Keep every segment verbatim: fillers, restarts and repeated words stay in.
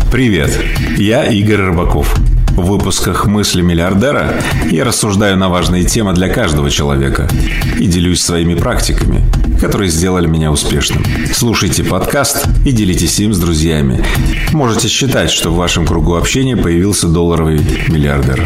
Привет, я Игорь Рыбаков. В выпусках «Мысли миллиардера» я рассуждаю на важные темы для каждого человека и делюсь своими практиками, которые сделали меня успешным. Слушайте подкаст и делитесь им с друзьями. Можете считать, что в вашем кругу общения появился долларовый миллиардер.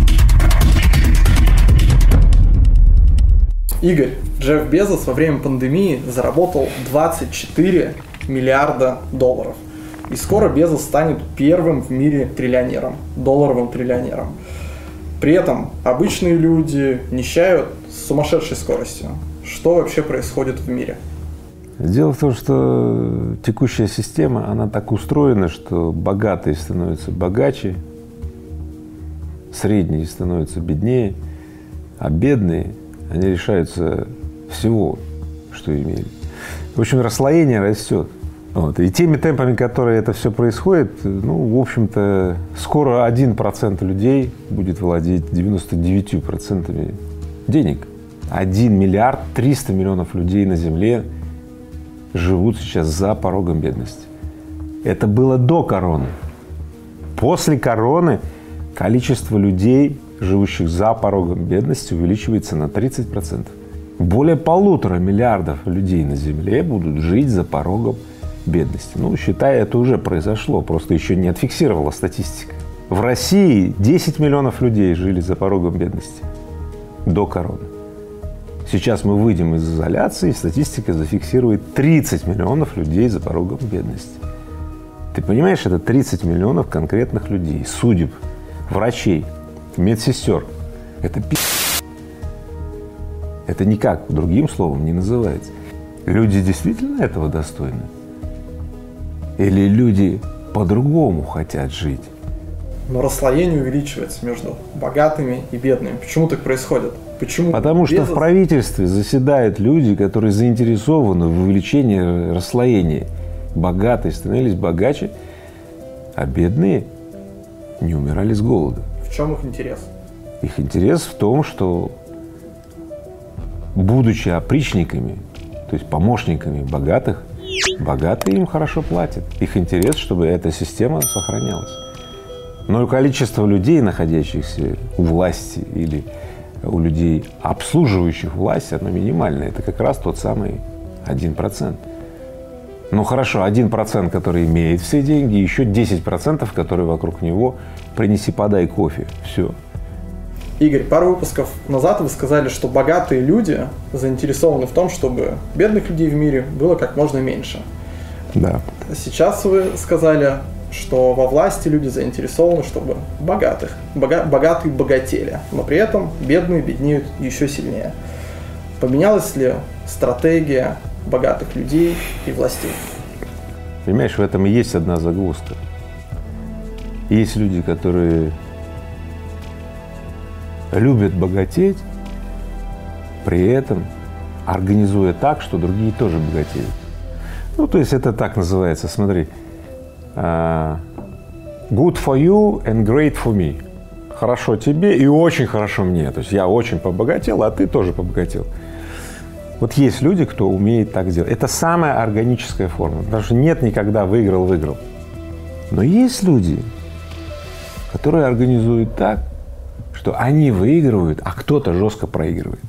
Игорь, Джефф Безос во время пандемии заработал двадцать четыре миллиарда долларов. И скоро Безос станет первым в мире триллионером, долларовым триллионером. При этом обычные люди нищают с сумасшедшей скоростью. Что вообще происходит в мире? Дело в том, что текущая система, она так устроена, что богатые становятся богаче, средние становятся беднее, а бедные, они лишаются всего, что имели. В общем, расслоение растет. Вот. И теми темпами, которые это все происходит, ну, в общем-то, скоро один процент людей будет владеть девяносто девятью процентами денег. один миллиард триста миллионов людей на Земле живут сейчас за порогом бедности. Это было до короны. После короны количество людей, живущих за порогом бедности, увеличивается на тридцать процентов. Более полутора миллиардов людей на Земле будут жить за порогом бедности. Ну, считай, это уже произошло, просто еще не отфиксировала статистика. В России десять миллионов людей жили за порогом бедности до короны. Сейчас мы выйдем из изоляции, и статистика зафиксирует тридцать миллионов людей за порогом бедности. Ты понимаешь, это тридцать миллионов конкретных людей, судеб, врачей, медсестер. Это пи***. Это никак другим словом не называется. Люди действительно этого достойны? Или люди по-другому хотят жить? Но расслоение увеличивается между богатыми и бедными. Почему так происходит? Почему? Потому Безос... что в правительстве заседают люди, которые заинтересованы в увеличении расслоения. Богатые становились богаче, а бедные не умирали с голода. В чем их интерес? Их интерес в том, что, будучи опричниками, то есть помощниками богатых, богатые им хорошо платят. Их интерес, чтобы эта система сохранялась. Но и количество людей, находящихся у власти или у людей, обслуживающих власть, оно минимальное. Это как раз тот самый один процент. Ну хорошо, один процент, который имеет все деньги, еще десять процентов, которые вокруг него принеси, подай кофе. Все. Игорь, пару выпусков назад вы сказали, что богатые люди заинтересованы в том, чтобы бедных людей в мире было как можно меньше. Да. Сейчас вы сказали, что во власти люди заинтересованы, чтобы богатых, бога, богатые богатели, но при этом бедные беднеют еще сильнее. Поменялась ли стратегия богатых людей и властей? Понимаешь, в этом и есть одна загвоздка. Есть люди, которые любят богатеть, при этом организуя так, что другие тоже богатеют. Ну, то есть это так называется, смотри, uh, good for you and great for me. Хорошо тебе и очень хорошо мне. То есть я очень побогател, а ты тоже побогател. Вот есть люди, кто умеет так делать. Это самая органическая форма, потому что нет никогда выиграл-выиграл. Но есть люди, которые организуют так, что они выигрывают, а кто-то жестко проигрывает.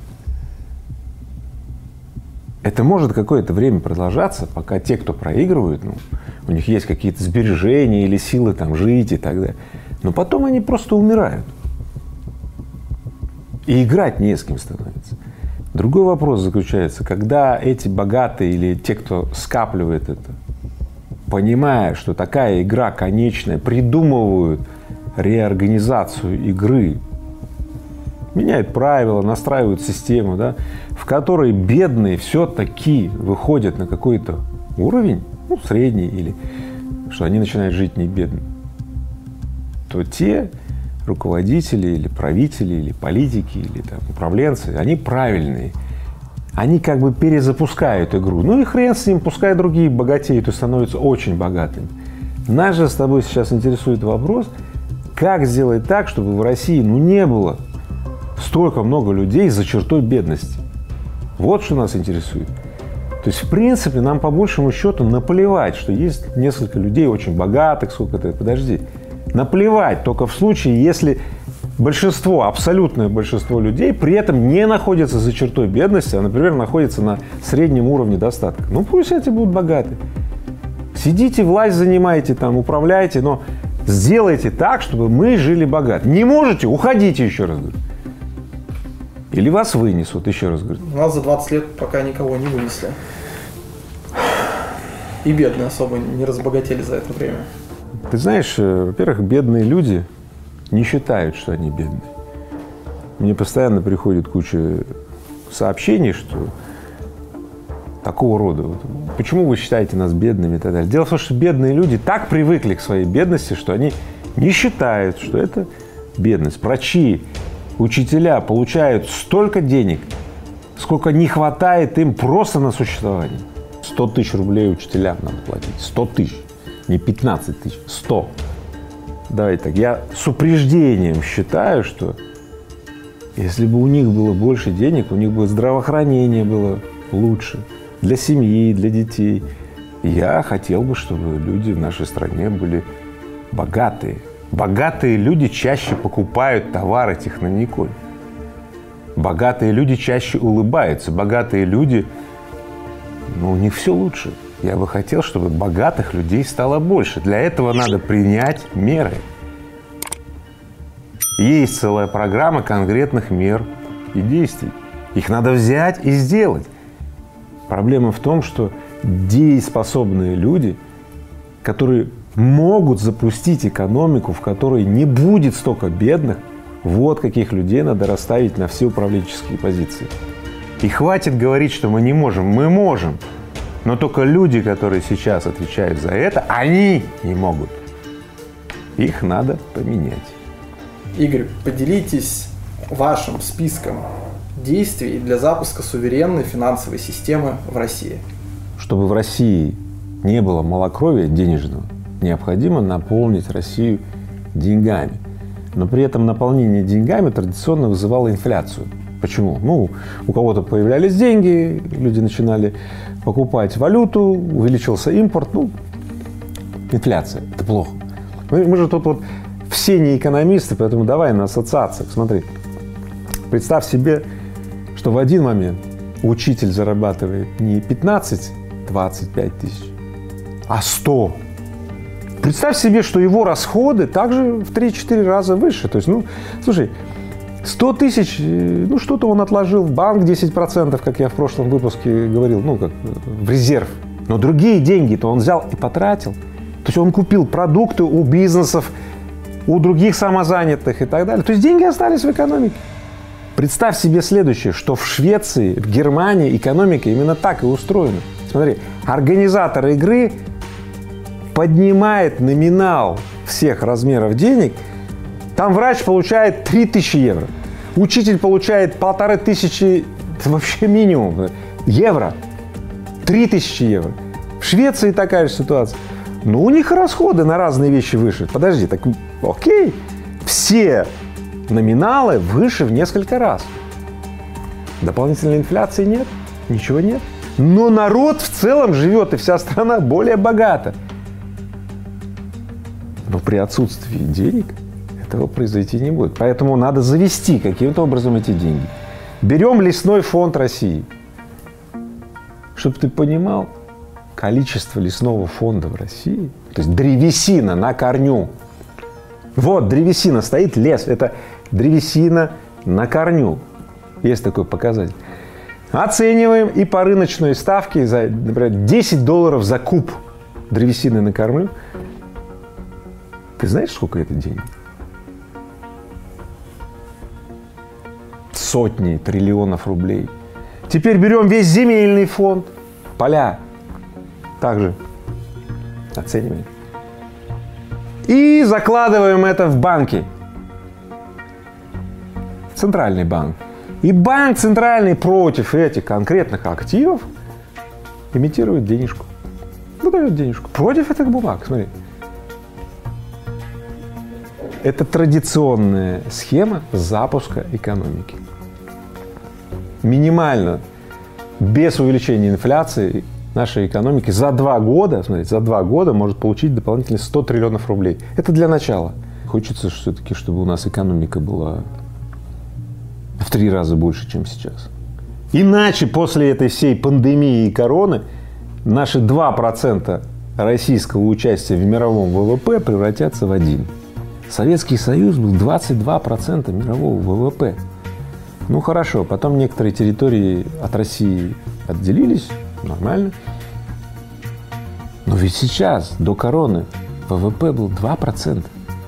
Это может какое-то время продолжаться, пока те, кто проигрывают, ну, у них есть какие-то сбережения или силы там жить и так далее. Но потом они просто умирают. И играть не с кем становится. Другой вопрос заключается, когда эти богатые или те, кто скапливает это, понимая, что такая игра конечная, придумывают реорганизацию игры, меняют правила, настраивают систему, да, в которой бедные все-таки выходят на какой-то уровень, ну, средний, или что они начинают жить не бедно, то те руководители или правители, или политики, или там, управленцы, они правильные. Они как бы перезапускают игру. Ну и хрен с ним, пускай другие богатеют и становятся очень богатыми. Нас же с тобой сейчас интересует вопрос, как сделать так, чтобы в России ну, не было столько много людей за чертой бедности. Вот что нас интересует. То есть, в принципе, нам по большему счету наплевать, что есть несколько людей очень богатых, сколько-то, подожди. Наплевать только в случае, если большинство, абсолютное большинство людей при этом не находятся за чертой бедности, а, например, находятся на среднем уровне достатка. Ну, пусть эти будут богаты. Сидите, власть занимаете, там, управляете, но сделайте так, чтобы мы жили богато. Не можете? Уходите, еще раз говорю. Или вас вынесут, еще раз говорю. У нас за двадцать лет пока никого не вынесли. И бедные особо не разбогатели за это время. Ты знаешь, во-первых, бедные люди не считают, что они бедные. Мне постоянно приходит куча сообщений, что такого рода. Вот, почему вы считаете нас бедными и так далее. Дело в том, что бедные люди так привыкли к своей бедности, что они не считают, что это бедность. Врачи, учителя получают столько денег, сколько не хватает им просто на существование. сто тысяч рублей учителям надо платить. сто тысяч. Не пятнадцать тысяч, сто. Давайте так, я с упреждением считаю, что если бы у них было больше денег, у них бы здравоохранение было лучше для семьи, для детей. Я хотел бы, чтобы люди в нашей стране были богатые. Богатые люди чаще покупают товары технониколь. Богатые люди чаще улыбаются. Богатые люди, ну, у них все лучше. Я бы хотел, чтобы богатых людей стало больше. Для этого надо принять меры. Есть целая программа конкретных мер и действий. Их надо взять и сделать. Проблема в том, что дееспособные люди, которые могут запустить экономику, в которой не будет столько бедных, вот каких людей надо расставить на все управленческие позиции. И хватит говорить, что мы не можем. Мы можем. Но только люди, которые сейчас отвечают за это, они не могут. Их надо поменять. Игорь, поделитесь вашим списком действий для запуска суверенной финансовой системы в России. Чтобы в России не было малокровия денежного, необходимо наполнить Россию деньгами. Но при этом наполнение деньгами традиционно вызывало инфляцию. Почему? Ну, у кого-то появлялись деньги, люди начинали покупать валюту, увеличился импорт, ну, инфляция. Это плохо. Мы, мы же тут вот все не экономисты, поэтому давай на ассоциациях. Смотри, представь себе, что в один момент учитель зарабатывает не пятнадцать-двадцать пять тысяч, а сто. Представь себе, что его расходы также в три-четыре раза выше. То есть, ну, слушай, сто тысяч, ну, что-то он отложил в банк, десять процентов, как я в прошлом выпуске говорил, ну, как в резерв. Но другие деньги-то он взял и потратил. То есть он купил продукты у бизнесов, у других самозанятых и так далее. То есть деньги остались в экономике. Представь себе следующее, что в Швеции, в Германии экономика именно так и устроена. Смотри, организатор игры поднимает номинал всех размеров денег. Там врач получает три тысячи евро, учитель получает полторы тысячи, это вообще минимум, евро, три тысячи евро. В Швеции такая же ситуация. Но у них расходы на разные вещи выше. Подожди, так окей, все номиналы выше в несколько раз. Дополнительной инфляции нет, ничего нет. Но народ в целом живет, и вся страна более богата. Но при отсутствии денег этого произойти не будет. Поэтому надо завести каким-то образом эти деньги. Берем лесной фонд России. Чтобы ты понимал, количество лесного фонда в России, то есть древесина на корню. Вот древесина стоит, лес. Это древесина на корню. Есть такой показатель. Оцениваем и по рыночной ставке, за, например, десять долларов за куб древесины на корню. Ты знаешь, сколько это денег? Сотни триллионов рублей. Теперь берем весь земельный фонд, поля, также оцениваем. И закладываем это в банки. Центральный банк. И банк центральный против этих конкретных активов имитирует денежку. Выдает денежку. Против этих бумаг, смотри. Это традиционная схема запуска экономики. Минимально без увеличения инфляции нашей экономики за два года, смотрите, за два года может получить дополнительные сто триллионов рублей. Это для начала. Хочется все-таки, чтобы у нас экономика была в три раза больше, чем сейчас. Иначе после этой всей пандемии и короны наши два процента российского участия в мировом ВВП превратятся в один. Советский Союз был двадцать два процента мирового ВВП. Ну хорошо, потом некоторые территории от России отделились, нормально. Но ведь сейчас, до короны, ВВП был два процента.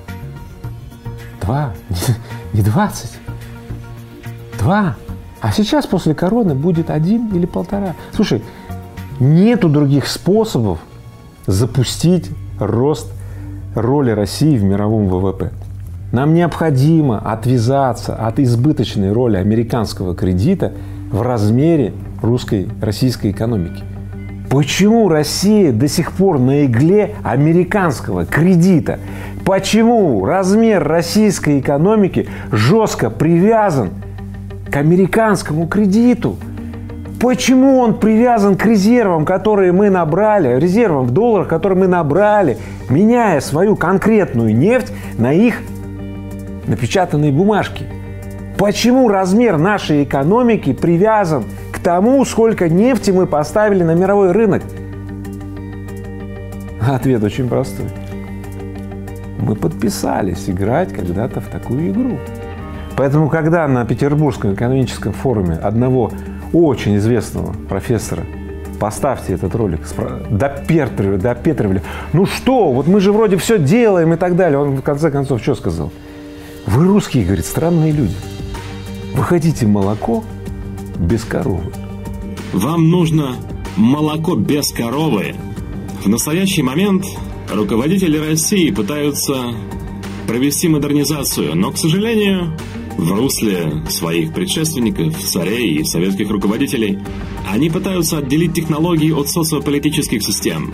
два, не двадцать. два. А сейчас после короны будет один или полтора. Слушай, нету других способов запустить рост роли России в мировом ВВП. Нам необходимо отвязаться от избыточной роли американского кредита в размере русской, российской экономики. Почему Россия до сих пор на игле американского кредита? Почему размер российской экономики жестко привязан к американскому кредиту? Почему он привязан к резервам, которые мы набрали, резервам в долларах, которые мы набрали, меняя свою конкретную нефть на их напечатанные бумажки? Почему размер нашей экономики привязан к тому, сколько нефти мы поставили на мировой рынок? Ответ очень простой. Мы подписались играть когда-то в такую игру. Поэтому, когда на Петербургском экономическом форуме одного очень известного профессора, поставьте этот ролик, допетривали, допетривали, ну что, вот мы же вроде все делаем и так далее. Он в конце концов что сказал? Вы русские, говорит, странные люди. Вы хотите молоко без коровы. Вам нужно молоко без коровы. В настоящий момент руководители России пытаются провести модернизацию, но, к сожалению, в русле своих предшественников, царей и советских руководителей, они пытаются отделить технологии от социополитических систем.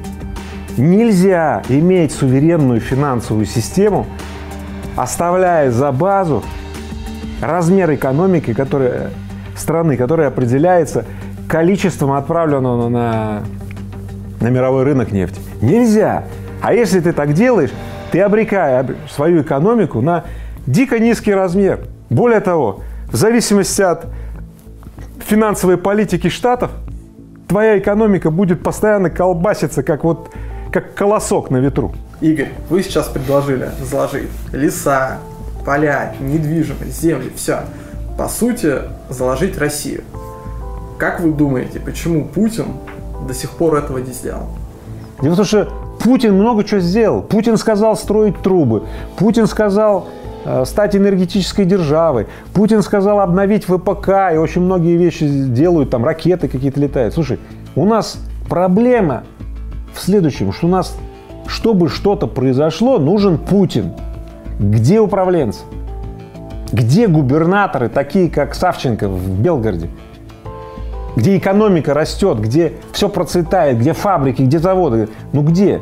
Нельзя иметь суверенную финансовую систему, оставляя за базу размер экономики, которая, страны, которая определяется количеством отправленного на, на мировой рынок нефти. Нельзя. А если ты так делаешь, ты обрекаешь свою экономику на дико низкий размер. Более того, в зависимости от финансовой политики штатов, твоя экономика будет постоянно колбаситься, как вот как колосок на ветру. Игорь, вы сейчас предложили заложить леса, поля, недвижимость, земли, все. По сути, заложить Россию. Как вы думаете, почему Путин до сих пор этого не сделал? Дело в том, что Путин много чего сделал. Путин сказал строить трубы. Путин сказал э, стать энергетической державой. Путин сказал обновить ВПК. И очень многие вещи делают. Там ракеты какие-то летают. Слушай, у нас проблема в следующем, что у нас, чтобы что-то произошло, нужен Путин. Где управленцы? Где губернаторы, такие как Савченко в Белгороде? Где экономика растет, где все процветает, где фабрики, где заводы. Ну где?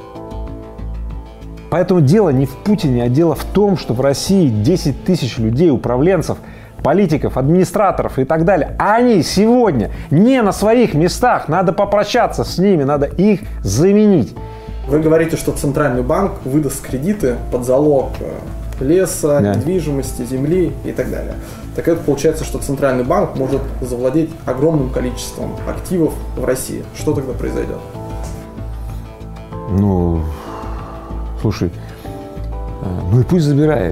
Поэтому дело не в Путине, а дело в том, что в России десять тысяч людей, управленцев, политиков, администраторов и так далее. А они сегодня не на своих местах. Надо попрощаться с ними, надо их заменить. Вы говорите, что Центральный банк выдаст кредиты под залог леса, да, недвижимости, земли и так далее. Так это получается, что Центральный банк может завладеть огромным количеством активов в России. Что тогда произойдет? Ну, слушай, ну и пусть забирает.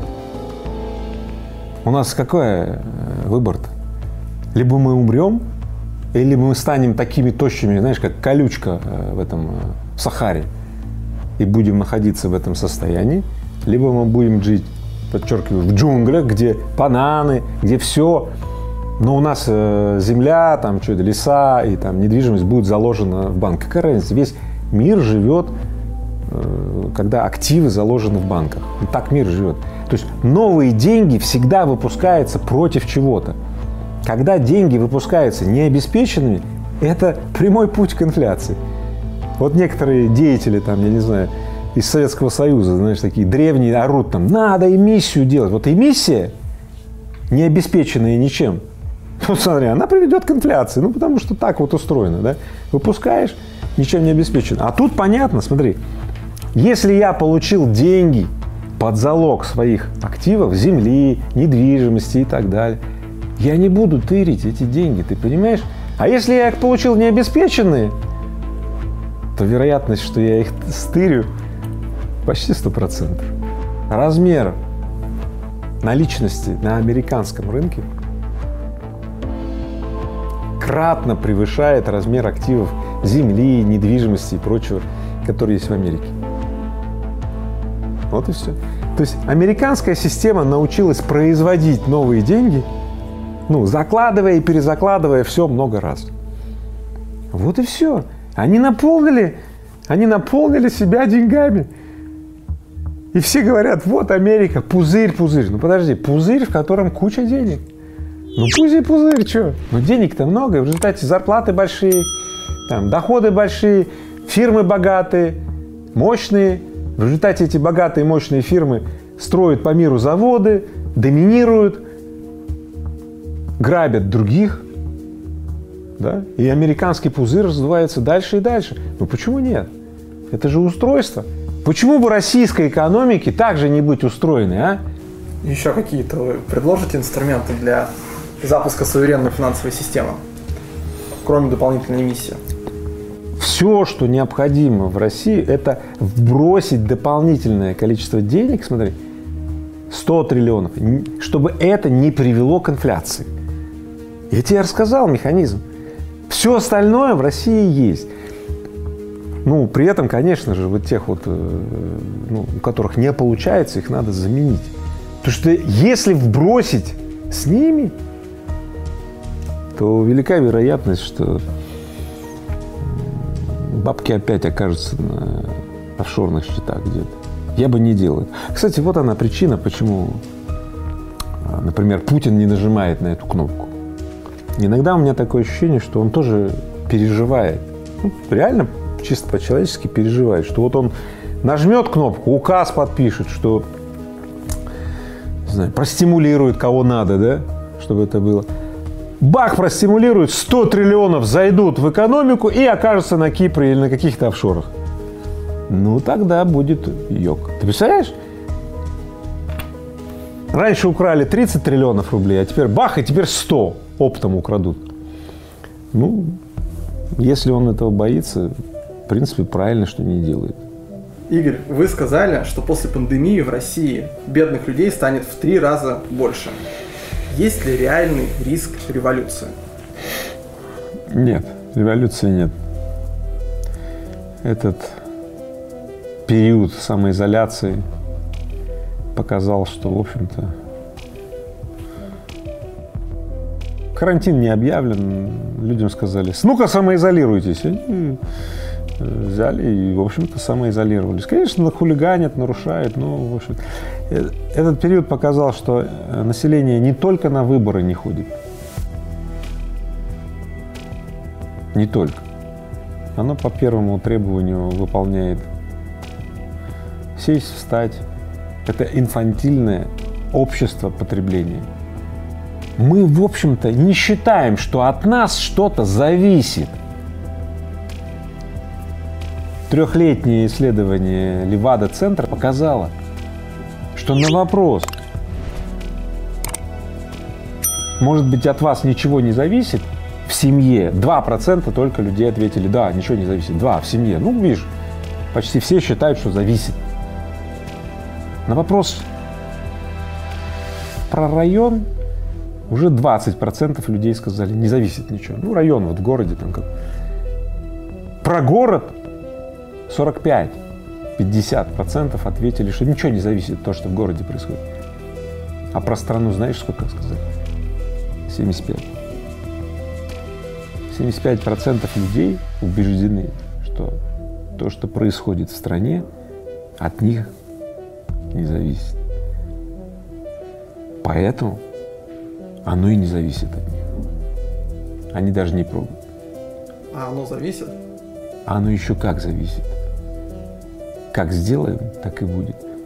У нас какой выбор-то? Либо мы умрем, или мы станем такими тощими, знаешь, как колючка в этом в Сахаре, и будем находиться в этом состоянии, либо мы будем жить, подчеркиваю, в джунглях, где бананы, где все, но у нас э, земля, там что-то, леса и там недвижимость будет заложена в банк. Какая разница? Весь мир живет, э, когда активы заложены в банках. И так мир живет. То есть новые деньги всегда выпускаются против чего-то. Когда деньги выпускаются необеспеченными, это прямой путь к инфляции. Вот некоторые деятели, там, я не знаю, из Советского Союза, знаешь, такие древние орут там, надо эмиссию делать. Вот эмиссия, не обеспеченная ничем, Вот смотри, она приведет к инфляции, ну потому что так вот устроено, да? Выпускаешь, ничем не обеспечен. А тут понятно, смотри, если я получил деньги под залог своих активов, земли, недвижимости и так далее, я не буду тырить эти деньги, ты понимаешь? А если я их получил необеспеченные, то вероятность, что я их стырю, почти сто процентов. Размер наличности на американском рынке кратно превышает размер активов земли, недвижимости и прочего, которые есть в Америке. Вот и все. То есть американская система научилась производить новые деньги, ну, закладывая и перезакладывая все много раз. Вот и все. Они наполнили, они наполнили себя деньгами. И все говорят, вот Америка, пузырь, пузырь. Ну подожди, пузырь, в котором куча денег. Ну пузырь, пузырь, что? Ну денег-то много, и в результате зарплаты большие, там, доходы большие, фирмы богатые, мощные. В результате эти богатые, мощные фирмы строят по миру заводы, доминируют, грабят других. Да? И американский пузырь раздувается дальше и дальше. Ну почему нет? Это же устройство. Почему бы российской экономике также не быть устроенной, а? Еще какие-то вы предложите инструменты для запуска суверенной финансовой системы, кроме дополнительной эмиссии? Все, что необходимо в России, это вбросить дополнительное количество денег, смотри, сто триллионов, чтобы это не привело к инфляции. Я тебе рассказал механизм. Все остальное в России есть. Ну, при этом, конечно же, вот тех вот, ну, у которых не получается, их надо заменить. Потому что если вбросить с ними, то велика вероятность, что бабки опять окажутся на офшорных счетах где-то. Я бы не делал это. Кстати, вот она причина, почему, например, Путин не нажимает на эту кнопку. Иногда у меня такое ощущение, что он тоже переживает. Ну, реально, чисто по-человечески переживает, что вот он нажмет кнопку, указ подпишет, что, не знаю, простимулирует кого надо, да, чтобы это было. Бах, простимулирует, сто триллионов зайдут в экономику и окажутся на Кипре или на каких-то офшорах. Ну, тогда будет йог. Ты представляешь? Раньше украли тридцать триллионов рублей, а теперь бах, и теперь сто оптом украдут. Ну, если он этого боится, в принципе, правильно, что не делает. Игорь, вы сказали, что после пандемии в России бедных людей станет в три раза больше. Есть ли реальный риск революции? Нет, революции нет. Этот период самоизоляции показал, что, в общем-то, карантин не объявлен. Людям сказали, ну-ка самоизолируйтесь. Они взяли и, в общем-то, самоизолировались. Конечно, хулиганят, нарушают, но, в общем, этот период показал, что население не только на выборы не ходит. Не только. Оно по первому требованию выполняет сесть, встать. Это инфантильное общество потребления. Мы, в общем-то, не считаем, что от нас что-то зависит. Трехлетнее исследование Левада-центра показало, что на вопрос, может быть, от вас ничего не зависит, в семье два процента только людей ответили, да, ничего не зависит. два в семье. Ну, видишь, почти все считают, что зависит. На вопрос про район уже двадцать процентов людей сказали, не зависит ничего. Ну, район вот в городе там как. Про город сорок пять - пятьдесят процентов ответили, что ничего не зависит от того, что в городе происходит. А про страну знаешь, сколько сказали? семьдесят пять. семьдесят пять процентов людей убеждены, что то, что происходит в стране, от них не зависит. Поэтому оно и не зависит от них. Они даже не пробуют. А оно зависит? А оно еще как зависит. Как сделаем, так и будет.